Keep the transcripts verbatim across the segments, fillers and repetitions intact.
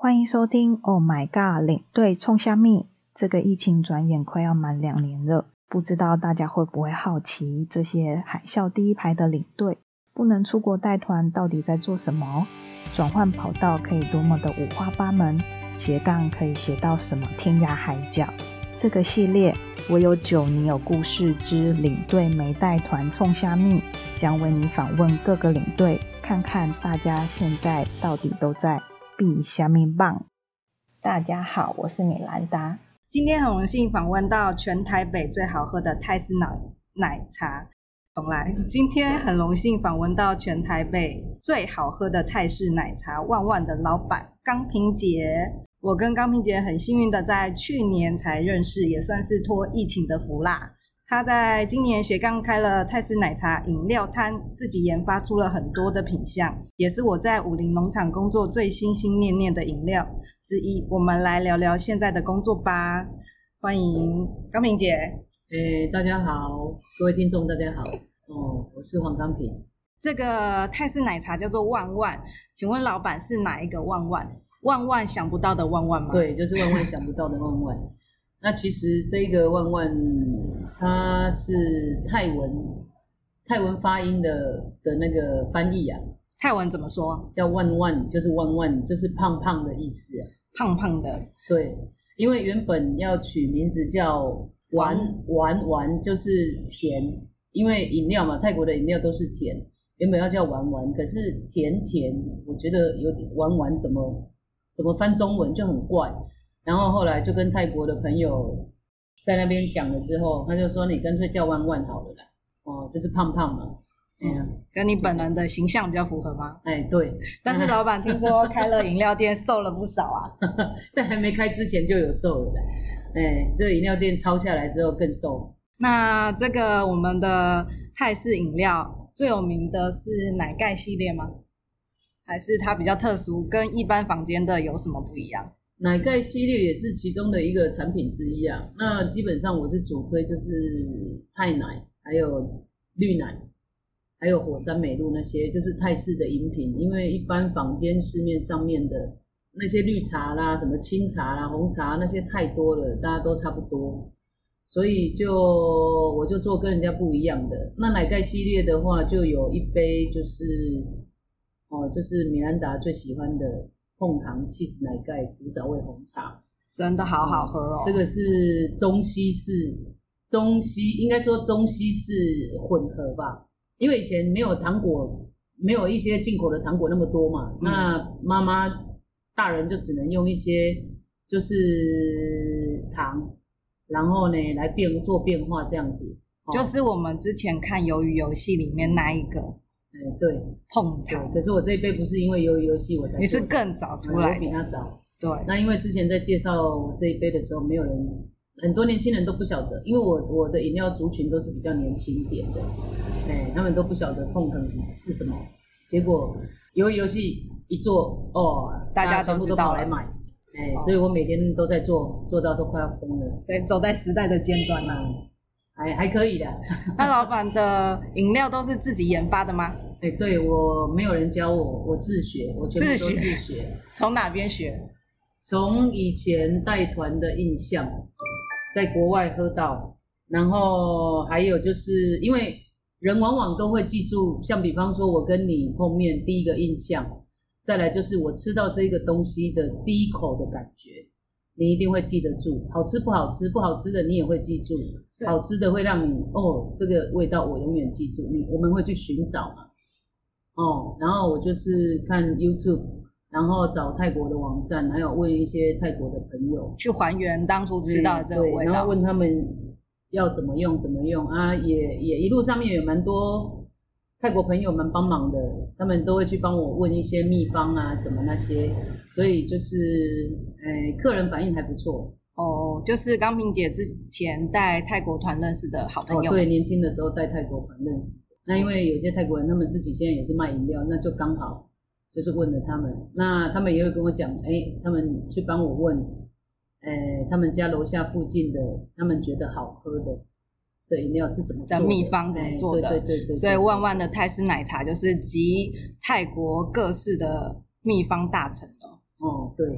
欢迎收听 Oh My God 领队冲虾米。这个疫情转眼快要满两年了，不知道大家会不会好奇，这些海啸第一排的领队不能出国带团到底在做什么？转换跑道可以多么的五花八门，斜杠可以斜到什么天涯海角。这个系列我有酒你有故事之领队没带团冲虾米，将为你访问各个领队，看看大家现在到底都在避虾米棒。大家好，我是米兰达。今天很荣幸访问到全台北最好喝的泰式奶奶茶。重来，今天很荣幸访问到全台北最好喝的泰式奶茶万万的老板钢萍姐。我跟钢萍姐很幸运的在去年才认识，也算是托疫情的福啦。她在今年斜杠开了泰式奶茶饮料摊，自己研发出了很多的品项，也是我在武林农场工作最心心念念的饮料之一。我们来聊聊现在的工作吧。欢迎钢萍姐。 诶，大家好，各位听众大家好，哦，我是黄钢萍。 这个泰式奶茶叫做万万，请问老板是哪一个万万？万万想不到的万万吗？ 对，就是万万想不到的万万。那其实这个万万它是泰文泰文发音的的那个翻译啊。 泰文怎么说？ 叫万万，就是万万，就是胖胖的意思啊。 胖胖的。 对，因为原本要取名字叫丸丸丸，就是甜，因为饮料嘛，泰国的饮料都是甜，原本要叫丸丸，可是甜甜，我觉得有点丸丸怎么怎么翻中文就很怪。然后后来就跟泰国的朋友在那边讲了之后，他就说你干脆叫万万好了啦，哦，就是胖胖嘛， 嗯，跟你本人的形象比较符合吗？ 哎，对。 但是老板听说开了饮料店，瘦了不少啊。 在还没开之前就有瘦了，哎，这个饮料店抄下来之后更瘦。 那这个我们的泰式饮料最有名的是奶盖系列吗？还是它比较特殊，跟一般房间的有什么不一样？ 奶盖系列也是其中的一个产品之一啊。那基本上我是主推就是泰奶，还有绿奶，还有火山美露那些，就是泰式的饮品。因为一般坊间市面上面的那些绿茶啦、什么清茶啦、红茶那些太多了，大家都差不多，所以就我就做跟人家不一样的。那奶盖系列的话，就有一杯就是哦，就是米兰达最喜欢的碰糖 cheese 奶盖古早味红茶， 真的好好喝哦。 这个是中西式，中西应该说中西式混合吧，因为以前没有糖果，没有一些进口的糖果那么多嘛，嗯、那妈妈大人就只能用一些就是糖，然后呢来变做变化这样子， 哦、就是我们之前看鱿鱼游戏里面那一个。 哎，对， 碰糖。 可是我这一杯不是因为鱿鱼游戏我才做的， 你是更早出来的， 我比他早。 对， 那因为之前在介绍这一杯的时候，没有人，很多年轻人都不晓得，因为我我的饮料族群都是比较年轻一点的，哎，他们都不晓得碰糖是是什么。结果鱿鱼游戏一做，哦， 大家全部都跑来买，哎，哦、所以我每天都在做，做到都快要疯了。 所以走在时代的尖端啦、啊。 还还可以的。 那老板的饮料都是自己研发的吗？ 哎，对，我没有人教我，我自学，我全部都自学。 从哪边学？ 从以前带团的印象，在国外喝到，然后还有就是因为人往往都会记住，像比方说我跟你碰面第一个印象，再来就是我吃到这个东西的第一口的感觉。你一定会记得住，好吃不好吃，不好吃的你也会记住，好吃的会让你哦，这个味道我永远记住。你我们会去寻找嘛，哦，然后我就是看 YouTube， 然后找泰国的网站，还有问一些泰国的朋友去还原当初吃到的这个味道，然后问他们要怎么用怎么用啊，也也一路上面有蛮多泰国朋友们帮忙的，他们都会去帮我问一些秘方啊什么那些，所以就是诶客人反应还不错哦。就是钢萍姐之前带泰国团认识的好朋友、 哦、对，年轻的时候带泰国团认识的。那因为有些泰国人他们自己现在也是卖饮料，那就刚好就是问了他们，那他们也会跟我讲，诶他们去帮我问诶他们家楼下附近的他们觉得好喝的的饮料是怎么做的， 秘方怎么做的， 对对 对, 对, 对, 对。 所以万万的泰式奶茶就是集泰国各式的秘方大成的。 哦，对。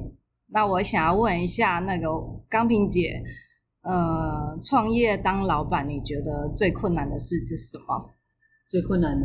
那我想要问一下那个钢萍姐，呃，创业当老板，你觉得最困难的事是什么？ 最困难的，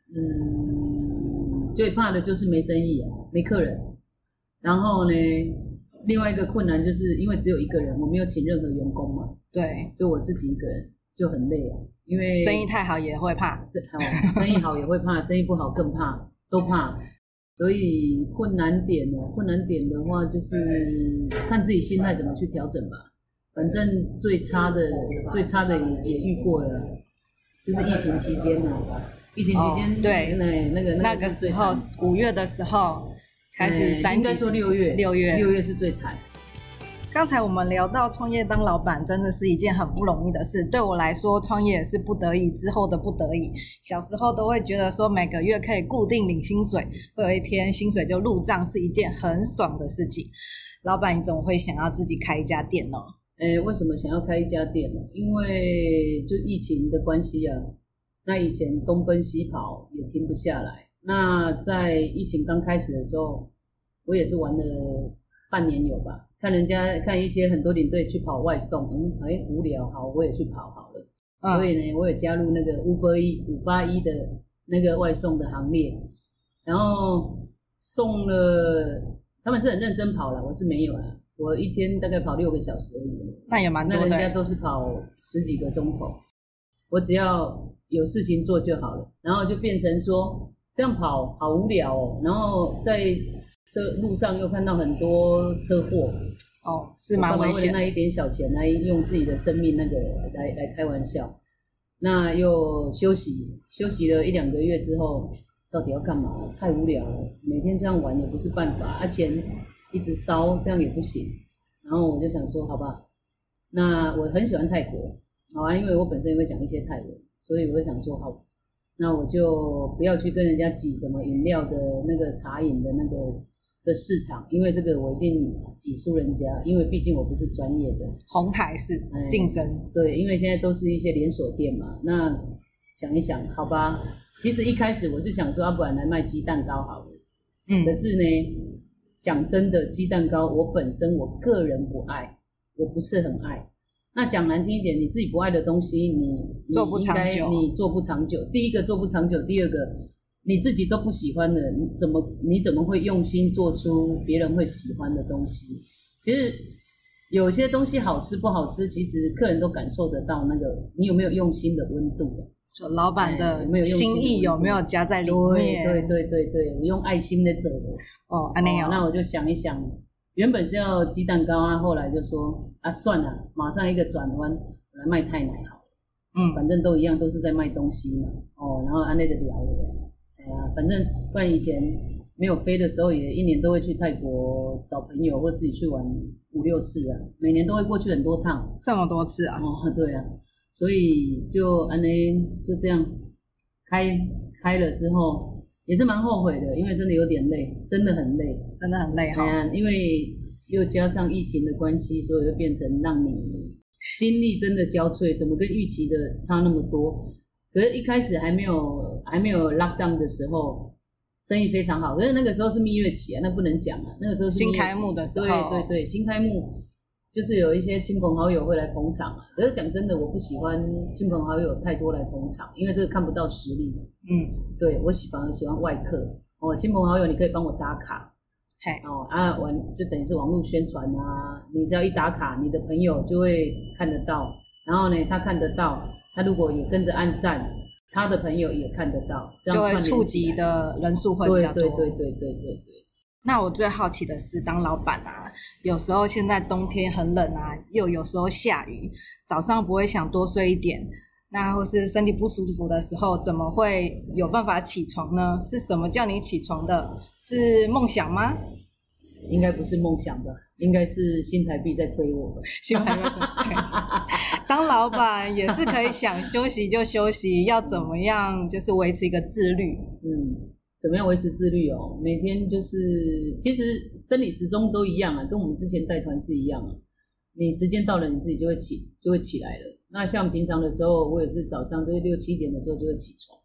嗯，最怕的就是没生意啊，没客人。然后呢，另外一个困难就是因为只有一个人，我没有请任何员工嘛， 对， 就我自己一个人就很累啊，因为生意太好也会怕， 是哦，生意好也会怕，生意不好更怕，都怕。所以困难点哦，困难点的话就是看自己心态怎么去调整吧。反正最差的最差的也也遇过了，就是疫情期间嘛，疫情期间、 哦、对， 那那个那个时候五月的时候开始三级， 应该说六月六月六月是最惨。 刚才我们聊到创业当老板真的是一件很不容易的事，对我来说创业也是不得已之后的不得已。小时候都会觉得说每个月可以固定领薪水，会有一天薪水就入账是一件很爽的事情。老板你怎么会想要自己开一家店呢？ 诶，为什么想要开一家店呢？因为就疫情的关系啊，那以前东奔西跑也停不下来。那在疫情刚开始的时候，我也是玩了半年有吧，看人家看一些很多领队去跑外送，嗯，哎无聊，好我也去跑好了。嗯、所以呢，我也加入那个 Uber E 五八一的那个外送的行列，然后送了，他们是很认真跑了，我是没有啦。我一天大概跑六个小时而已， 那也蛮多的。 那人家都是跑十几个钟头，我只要有事情做就好了。然后就变成说这样跑好无聊哦。然后在车路上又看到很多车祸， 哦，是蛮危险的。 为了那一点小钱来用自己的生命那个来来开玩笑，那又休息休息了一两个月之后，到底要干嘛？太无聊了，每天这样玩也不是办法，啊钱一直烧，这样也不行。然后我就想说，好吧，那我很喜欢泰国，好啊，因为我本身也会讲一些泰文，所以我就想说，好，那我就不要去跟人家挤什么饮料的那个茶饮的那个的市场，因为这个我一定挤输人家，因为毕竟我不是专业的。 红海是竞争、哎， 对，因为现在都是一些连锁店嘛。那想一想，好吧，其实一开始我是想说，要、啊、不然来卖鸡蛋糕好了。嗯，可是呢。讲真的，鸡蛋糕我本身我个人不爱，我不是很爱。那讲难听一点，你自己不爱的东西，你做不长久， 你做不长久。第一个做不长久，第二个你自己都不喜欢的，你怎么你怎么会用心做出别人会喜欢的东西？其实有些东西好吃不好吃，其实客人都感受得到那个你有没有用心的温度。 说老板的心意有没有加在里面？ 对对对对对，我用爱心在走的。 哦，安内哦， 那我就想一想，原本是要鸡蛋糕啊，后来就说啊，算了，马上一个转弯，我来卖泰奶好了。嗯，反正都一样，都是在卖东西嘛。哦，然后安内的聊了，哎呀，反正不然以前没有飞的时候，也一年都会去泰国找朋友或自己去玩五六次啊，每年都会过去很多趟。 这么多次啊？ 哦，对啊。所以就安内就这样开开了之后，也是蛮后悔的，因为真的有点累，真的很累， 真的很累哈、 嗯。因为又加上疫情的关系，所以就变成让你心力真的交瘁，怎么跟预期的差那么多？可是一开始还没有还没有 lockdown 的时候，生意非常好。可是那个时候是蜜月期啊，那不能讲啊。那个时候是新开幕的时候， 对对对，新开幕。就是有一些亲朋好友会来捧场啊，可是讲真的，我不喜欢亲朋好友太多来捧场，因为这个看不到实力。嗯，对我喜反而喜欢外客哦，亲朋好友你可以帮我打卡，嘿哦啊完就等于是网络宣传啊，你只要一打卡，你的朋友就会看得到，然后呢他看得到，他如果也跟着按赞，他的朋友也看得到，这样就会触及的人数会比较多。 对对对对对对对。 那我最好奇的是，当老板啊，有时候现在冬天很冷啊，又有时候下雨，早上不会想多睡一点，那或是身体不舒服的时候，怎么会有办法起床呢？是什么叫你起床的？是梦想吗？ 应该不是梦想吧，应该是新台币在推我吧。 新台币对，当老板也是可以想休息就休息，要怎么样就是维持一个自律。 嗯。怎么样维持自律哦？每天就是，其实生理时钟都一样啊，跟我们之前带团是一样啊。你时间到了，你自己就会起，就会起来了。那像平常的时候，我也是早上都是六七点的时候就会起床，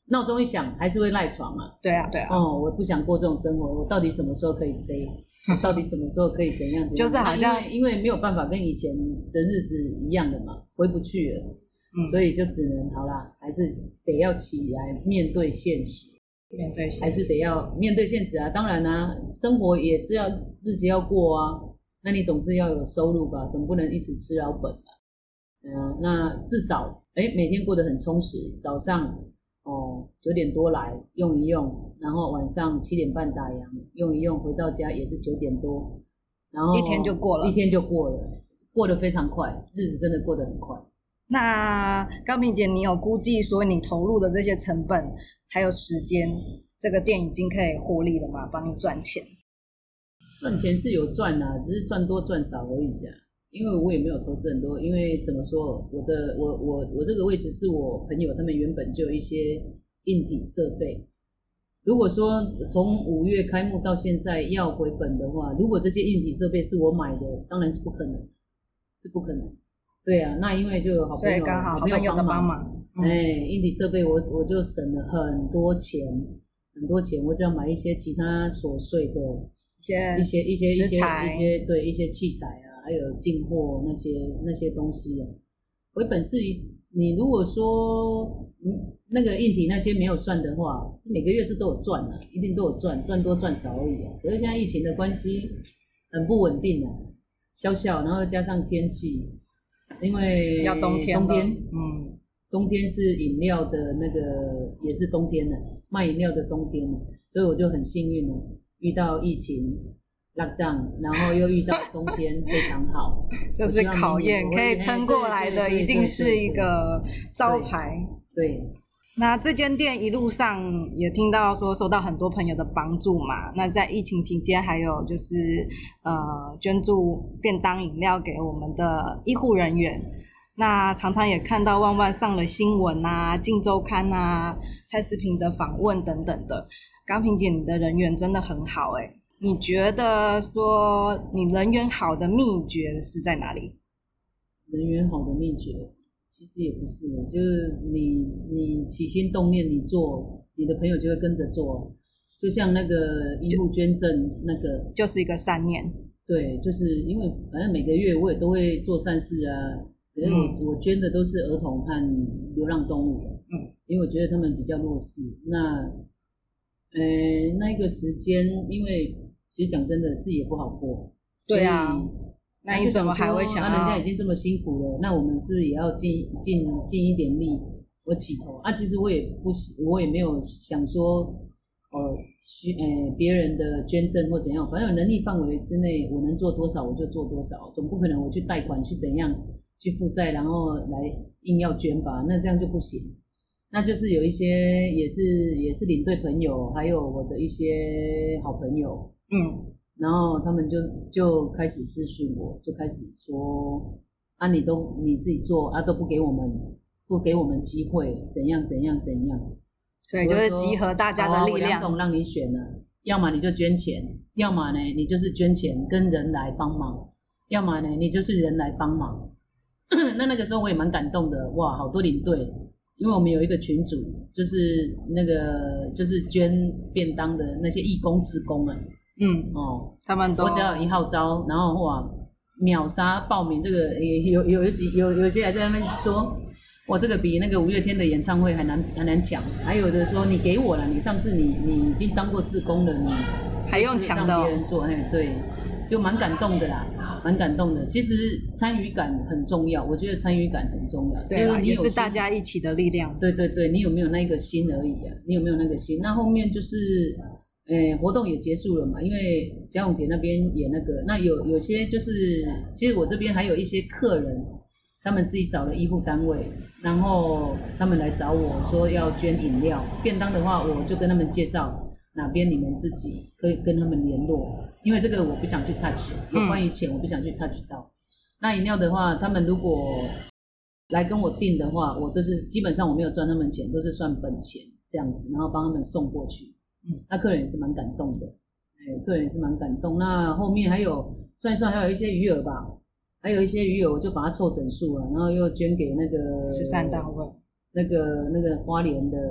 闹钟一响还是会赖床嘛。 对啊，对啊。 哦，我不想过这种生活，我到底什么时候可以飞？我到底什么时候可以怎样怎样？ 就是好像因为因为没有办法跟以前的日子一样的嘛，回不去了，嗯、所以就只能好啦，还是得要起来面对现实， 面对现实， 还是得要面对现实啊。当然啊，生活也是要日子要过啊，那你总是要有收入吧，总不能一直吃老本吧。嗯、呃，那至少哎每天过得很充实，早上。哦，九点多来用一用，然后晚上七点半打烊用一用，回到家也是九点多，然后一天就过了， 一天就过了，过得非常快，日子真的过得很快。 那高萍姐，你有估计说你投入的这些成本还有时间，这个店已经可以获利了吗？帮你赚钱？ 赚钱是有赚啊，只是赚多赚少而已啊。因为我也没有投资很多，因为怎么说，我的我我我这个位置是我朋友他们原本就有一些硬体设备。如果说从五月开幕到现在要回本的话，如果这些硬体设备是我买的，当然是不可能，是不可能。对啊，那因为就有好朋友， 所以刚好好朋友的帮忙， 哎、嗯欸，硬体设备我我就省了很多钱，很多钱，我只要买一些其他琐碎的一些一些一些一些食材一些对一些器材啊。还有进货那些那些东西啊，回本是你如果说嗯那个硬体那些没有算的话，是每个月是都有赚啊，一定都有赚，赚多赚少而已啊。可是现在疫情的关系很不稳定啊，小小，然后加上天气，因为要冬天， 冬天， 嗯， 冬天是饮料的那个也是冬天了，卖饮料的冬天了，所以我就很幸运了，遇到疫情。lockdown， 然后又遇到冬天，非常好， 就是考验可以撑过来的，一定是一个招牌。 对，对那这间店一路上也听到说受到很多朋友的帮助嘛，那在疫情期间还有就是呃捐助便当饮料给我们的医护人员，那常常也看到万万上了新闻啊、镜周刊啊、蔡思平的访问等等的。高萍姐，你的人缘真的很好诶、欸你觉得说你人缘好的秘诀是在哪里？ 人缘好的秘诀其实也不是，就是你你起心动念你做，你的朋友就会跟着做。就像那个医护捐赠那个， 就是一个善念。 对，就是因为反正每个月我也都会做善事啊，可是我、嗯、我捐的都是儿童和流浪动物，嗯，因为我觉得他们比较弱势。那呃那个时间，因为其实讲真的，自己也不好过。 对啊，那你怎么还会想要？ 啊，人家已经这么辛苦了，那我们是不是也要尽尽尽一点力，我起头啊？其实我也不，我也没有想说，呃，需呃别人的捐赠或怎样，反正有能力范围之内，我能做多少我就做多少，总不可能我去贷款去怎样去负债，然后来硬要捐吧？那这样就不行。那就是有一些也是也是领队朋友，还有我的一些好朋友。嗯，然后他们就就开始私讯我，就开始说啊，你都你自己做啊，都不给我们不给我们机会，怎样怎样怎样。 所以就是集合大家的力量。 两种让你选了，要么你就捐钱，要么呢你就是捐钱跟人来帮忙，要么呢你就是人来帮忙。那那个时候我也蛮感动的，哇，好多领队。因为我们有一个群组，就是那个就是捐便当的那些义工志工们，嗯哦， 他们都我只要有一号召，然后哇秒杀报名，这个也有有有几有有些还在那边说，哇这个比那个五月天的演唱会还难还难抢，还有的说你给我了，你上次你你已经当过志工了，你还用抢的、哦， 让别人做，哎对，就蛮感动的啦。蛮感动的，其实参与感很重要，我觉得参与感很重要， 对啊，也是大家一起的力量。 对对对，你有没有那个心而已啊？你有没有那个心？那后面就是，诶，活动也结束了嘛，因为嘉永姐那边也那个，那有有些就是，其实我这边还有一些客人，他们自己找了医护单位，然后他们来找我说要捐饮料、便当的话，我就跟他们介绍。哪边你们自己可以跟他们联络，因为这个我不想去 touch， 有关于钱我不想去 touch 到。嗯、那饮料的话，他们如果来跟我订的话，我都是基本上我没有赚他们钱，都是算本钱这样子，然后帮他们送过去。嗯，那客人也是蛮感动的，哎，客人也是蛮感动。那后面还有算一算，还有一些余额吧，还有一些余额，我就把它凑整数了，然后又捐给那个慈善单位， 那个那个花莲的。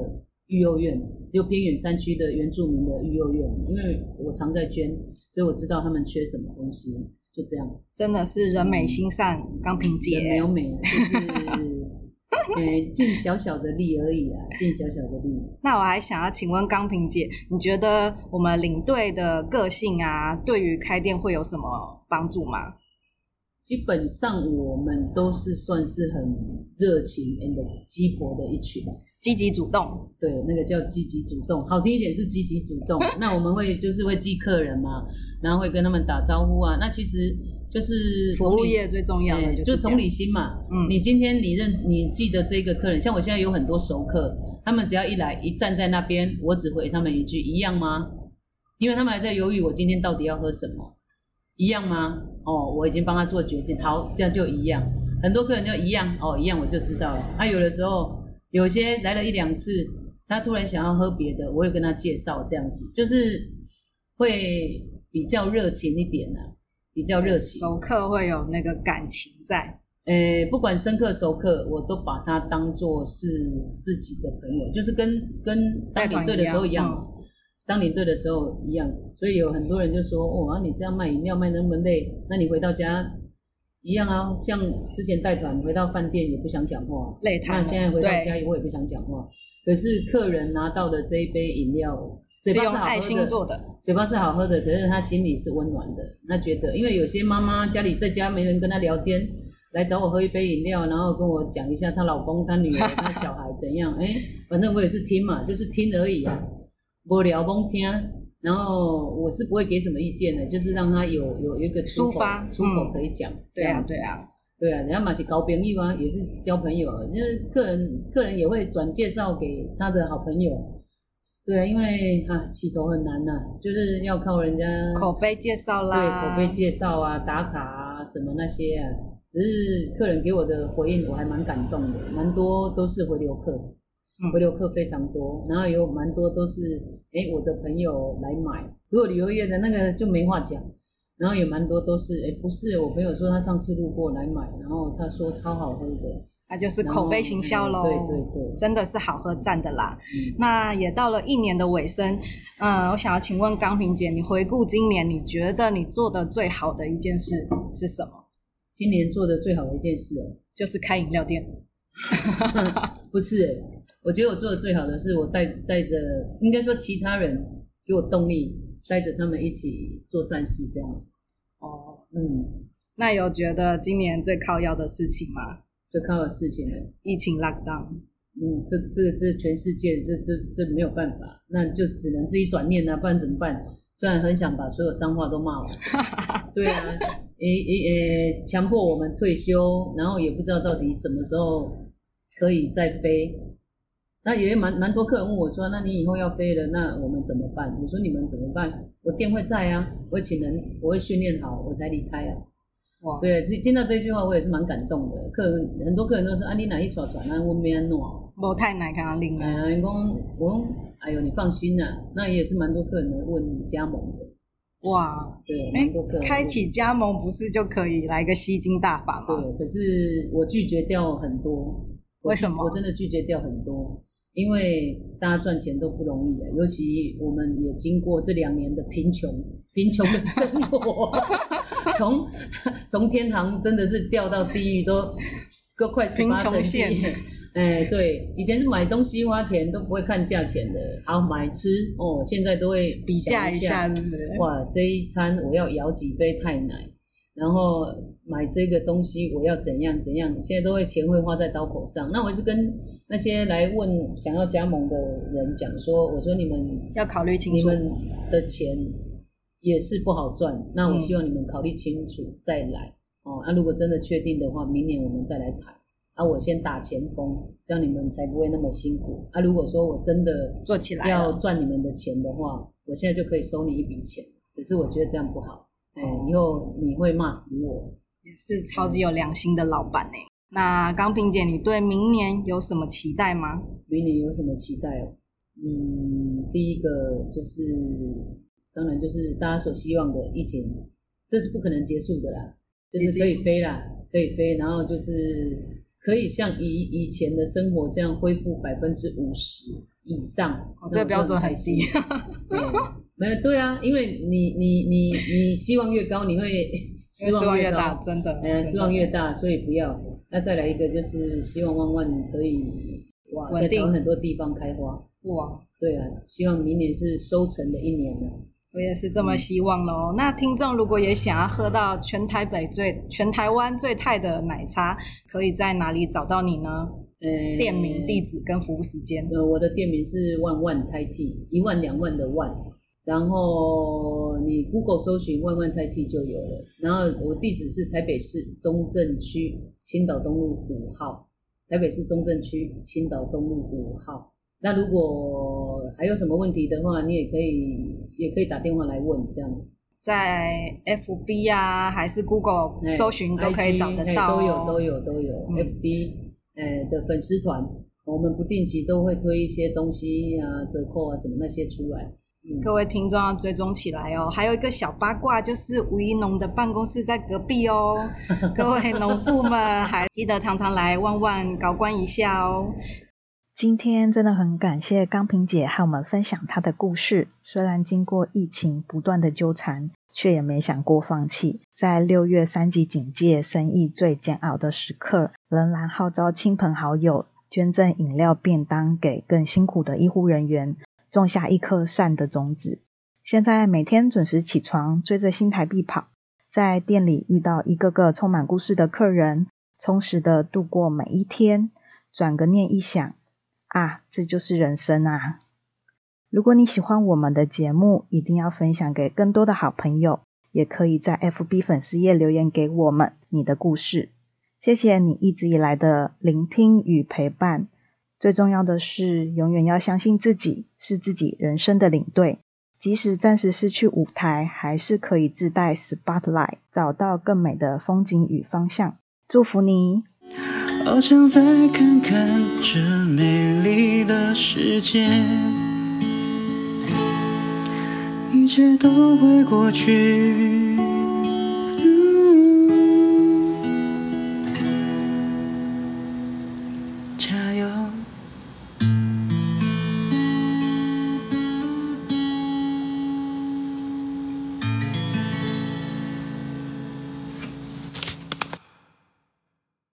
育幼院，就偏远山区的原住民的育幼院，因为我常在捐，所以我知道他们缺什么东西，就这样。 真的是人美心善，钢萍姐人没有美，就是呃尽小小的力而已啊，尽小小的力。 那我还想要请问钢萍姐，你觉得我们领队的个性啊，对于开店会有什么帮助吗？ 基本上我们都是算是很热情 and 鸡婆的一群， 积极主动， 对，那个叫积极主动，好听一点是积极主动。那我们会就是会记客人嘛，然后会跟他们打招呼啊。那其实就是服务业最重要的就是、 欸、就同理心嘛。嗯，你今天你认你记得这个客人，像我现在有很多熟客，他们只要一来一站在那边，我只回他们一句一样吗？因为他们还在犹豫我今天到底要喝什么。一样吗？哦，我已经帮他做决定，好，这样就一样。很多客人就一样，哦，一样我就知道了。啊，有的时候有些来了一两次，他突然想要喝别的，我会跟他介绍，这样子就是会比较热情一点啊，比较热情。 熟客会有那个感情在。 诶，不管深客熟客，我都把他当作是自己的朋友，就是跟跟当领队的时候一样。嗯，当领队的时候一样，所以有很多人就说：“哦，啊、你这样卖饮料卖那么累，那你回到家一样啊。像之前带团回到饭店也不想讲话， 累瘫了。 那现在回到家我也不想讲话。可是客人拿到的这一杯饮料，嘴巴是好喝的， 是用爱心做的， 嘴巴是好喝的，可是他心里是温暖的。那觉得，因为有些妈妈家里在家没人跟她聊天，来找我喝一杯饮料，然后跟我讲一下她老公、她女儿、她小孩怎样，哎，反正我也是听嘛，就是听而已啊。”无聊懵听，然后我是不会给什么意见的，就是让他有有一个出口抒发出口可以讲、嗯。 对啊，对啊， 对啊，人家嘛是交朋友啊，也是交朋友，因为客人客人也会转介绍给他的好朋友。对啊，因为啊起头很难呐、啊，就是要靠人家口碑介绍啦， 对，口碑介绍啊、打卡啊什么那些啊。只是客人给我的回应，我还蛮感动的，蛮多都是回流客。回流客非常多，然后有蛮多都是哎我的朋友来买，如果旅游业的那个就没话讲，然后有蛮多都是哎不是我朋友说他上次路过来买，然后他说超好喝的， 那就是口碑行销咯、 嗯、对对对， 真的是好喝赞的啦、嗯、那也到了一年的尾声，嗯，我想要请问钢萍姐，你回顾今年你觉得你做的最好的一件事是什么？ 今年做的最好的一件事哦， 就是开饮料店不是耶，我觉得我做的最好的是我带带着，应该说其他人给我动力，带着他们一起做善事这样子。 哦， 嗯， 那有觉得今年最靠腰的事情吗？ 最靠的事情呢？ 疫情 lockdown。 嗯，这这这全世界这这这没有办法，那就只能自己转念啊，不然怎么办？虽然很想把所有脏话都骂完，对啊，诶诶诶，强迫我们退休，然后也不知道到底什么时候可以再飞。那也蛮蛮多客人问我说：“那你以后要飞了，那我们怎么办？”我说：“你们怎么办？我店会在啊，我会请人，我会训练好，我才离开啊。”哇，对，听到这句话我也是蛮感动的。客人很多客人都说：“啊，你哪一撮团啊？我没安弄。” 无太难看啊，拎啊。 哎呀，员工，我哎呦，你放心啊，那也是蛮多客人来问加盟的。 哇， 对，蛮多客人开启加盟不是就可以来个吸金大法吗？ 对，可是我拒绝掉很多。 为什么？ 我真的拒绝掉很多。因为大家赚钱都不容易啊，尤其我们也经过这两年的贫穷，贫穷的生活，从从天堂真的是掉到地狱，都都快十八层地狱。哎，对，以前是买东西花钱都不会看价钱的，好买吃哦，现在都会比价一下，是不是？ 哇，这一餐我要舀几杯泰奶，然后买这个东西我要怎样怎样，现在都会钱会花在刀口上。那我是跟那些来问想要加盟的人讲说，我说你们要考虑清楚， 你们的钱也是不好赚，那我希望你们考虑清楚再来、嗯、哦。那、啊、如果真的确定的话，明年我们再来谈。啊，我先打前锋，这样你们才不会那么辛苦。啊，如果说我真的做起来要赚你们的钱的话，我现在就可以收你一笔钱。可是我觉得这样不好，哎、欸，以后你会骂死我。 也是超级有良心的老板哎、欸。那钢萍姐，你对明年有什么期待吗？ 明年有什么期待哦？嗯，第一个就是，当然就是大家所希望的疫情，这是不可能结束的啦，就是可以飞啦，可以飞，然后就是可以像以以前的生活这样恢复百分之五十以上， 哦、这个标准很低。 对，没有对啊，因为你你你你希望越高，你会失望越大， 真的， 呃，失望越大，所以不要。那再来一个就是希望万万可以哇，在台湾很多地方开花哇， 对啊，希望明年是收成的一年了。 我也是这么希望咯、嗯、那听众如果也想要喝到全台北最全台湾最泰的奶茶，可以在哪里找到你呢？呃，店名、地址跟服务时间。 呃，我的店名是万万胎气，一万两万的万，然后你 Google 搜寻万万胎气就有了。然后我地址是台北市中正区青岛东路五号，台北市中正区青岛东路五号。那如果还有什么问题的话，你也可以也可以打电话来问这样子。 在 F B 啊还是 Google 搜寻都可以找得到、 哦、都有都有都有、嗯、F B 的粉丝团，我们不定期都会推一些东西啊，折扣啊什么那些出来、 嗯、各位听众要追踪起来哦。还有一个小八卦，就是吴一农的办公室在隔壁哦各位农妇们还记得常常来万万高官一下哦。 今天真的很感谢钢萍姐和我们分享她的故事，虽然经过疫情不断的纠缠，却也没想过放弃，在六月三级警戒生意最煎熬的时刻，仍然号召亲朋好友捐赠饮料便当给更辛苦的医护人员，种下一颗善的种子。现在每天准时起床，追着新台币跑，在店里遇到一个个充满故事的客人，充实的度过每一天。转个念一想，啊，这就是人生啊！如果你喜欢我们的节目，一定要分享给更多的好朋友，也可以在 F B 粉丝页留言给我们你的故事。谢谢你一直以来的聆听与陪伴，最重要的是永远要相信自己是自己人生的领队，即使暂时失去舞台，还是可以自带 spotlight， 找到更美的风景与方向。祝福你！ 好想再看看这美丽的世界，一切都会过去，